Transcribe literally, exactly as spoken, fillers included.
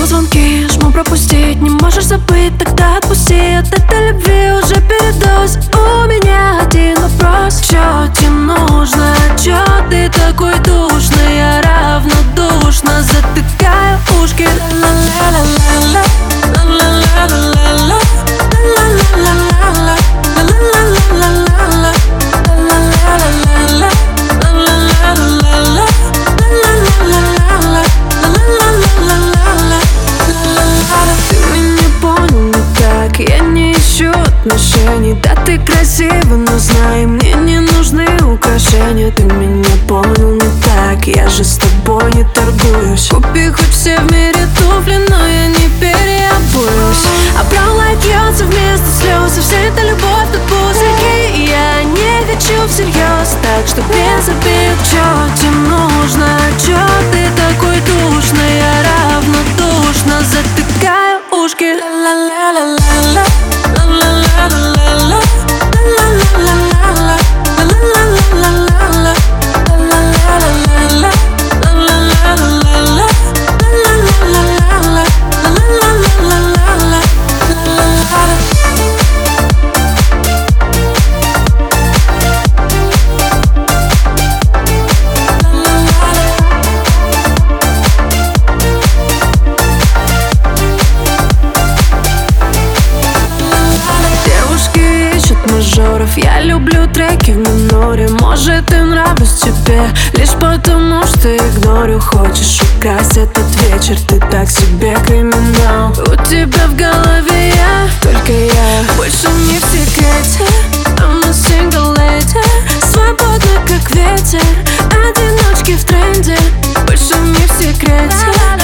звонки, жму пропустить. Не можешь забыть, тогда отпусти. От этой любви уже передоз. У меня один вопрос: чё тебе нужно? Чё ты такой душный? Я равнодушно затыкаю ушки. Ла-ла-ла-ла-ла, ла-ла-ла-ла-ла, ла-ла-ла-ла-ла, ла-ла-ла-ла-ла, ла-ла-ла-ла-ла, ла-ла-ла-ла-ла, ла-ла-ла-ла-ла, ла-ла-ла-ла-ла. Ты меня понял не так, я не ищу отношений. Да, ты красива, но знай, мне не нужны украшения. Ты меня понял не так, я же с тобой не торгуюсь. Купи хоть все в мире туфли, но я не переобуюсь. А правда льется вместо слез, и вся эта любовь как пузырьки. И я не хочу всерьез, так что без обид. Чё тебе нужно? Чё ты такой душный? Я равнодушно затыкаю ушки. Ла-ла-ла-ла-ла, ла-ла-ла-ла-ла, ла-ла-ла-ла-ла, ла-ла-ла-ла-ла, ла-ла-ла-ла-ла, ла-ла-ла-ла-ла, ла-ла-ла-ла-ла, ла-ла-ла-ла-ла. Я люблю треки в миноре. Может, и нравлюсь тебе лишь потому, что игнорю. Хочешь украсть этот вечер, ты так себе криминал. У тебя в голове я, только я. Больше не в секрете, I'm a single lady. Свободна, как ветер, одиночки в тренде. Больше не в секрете.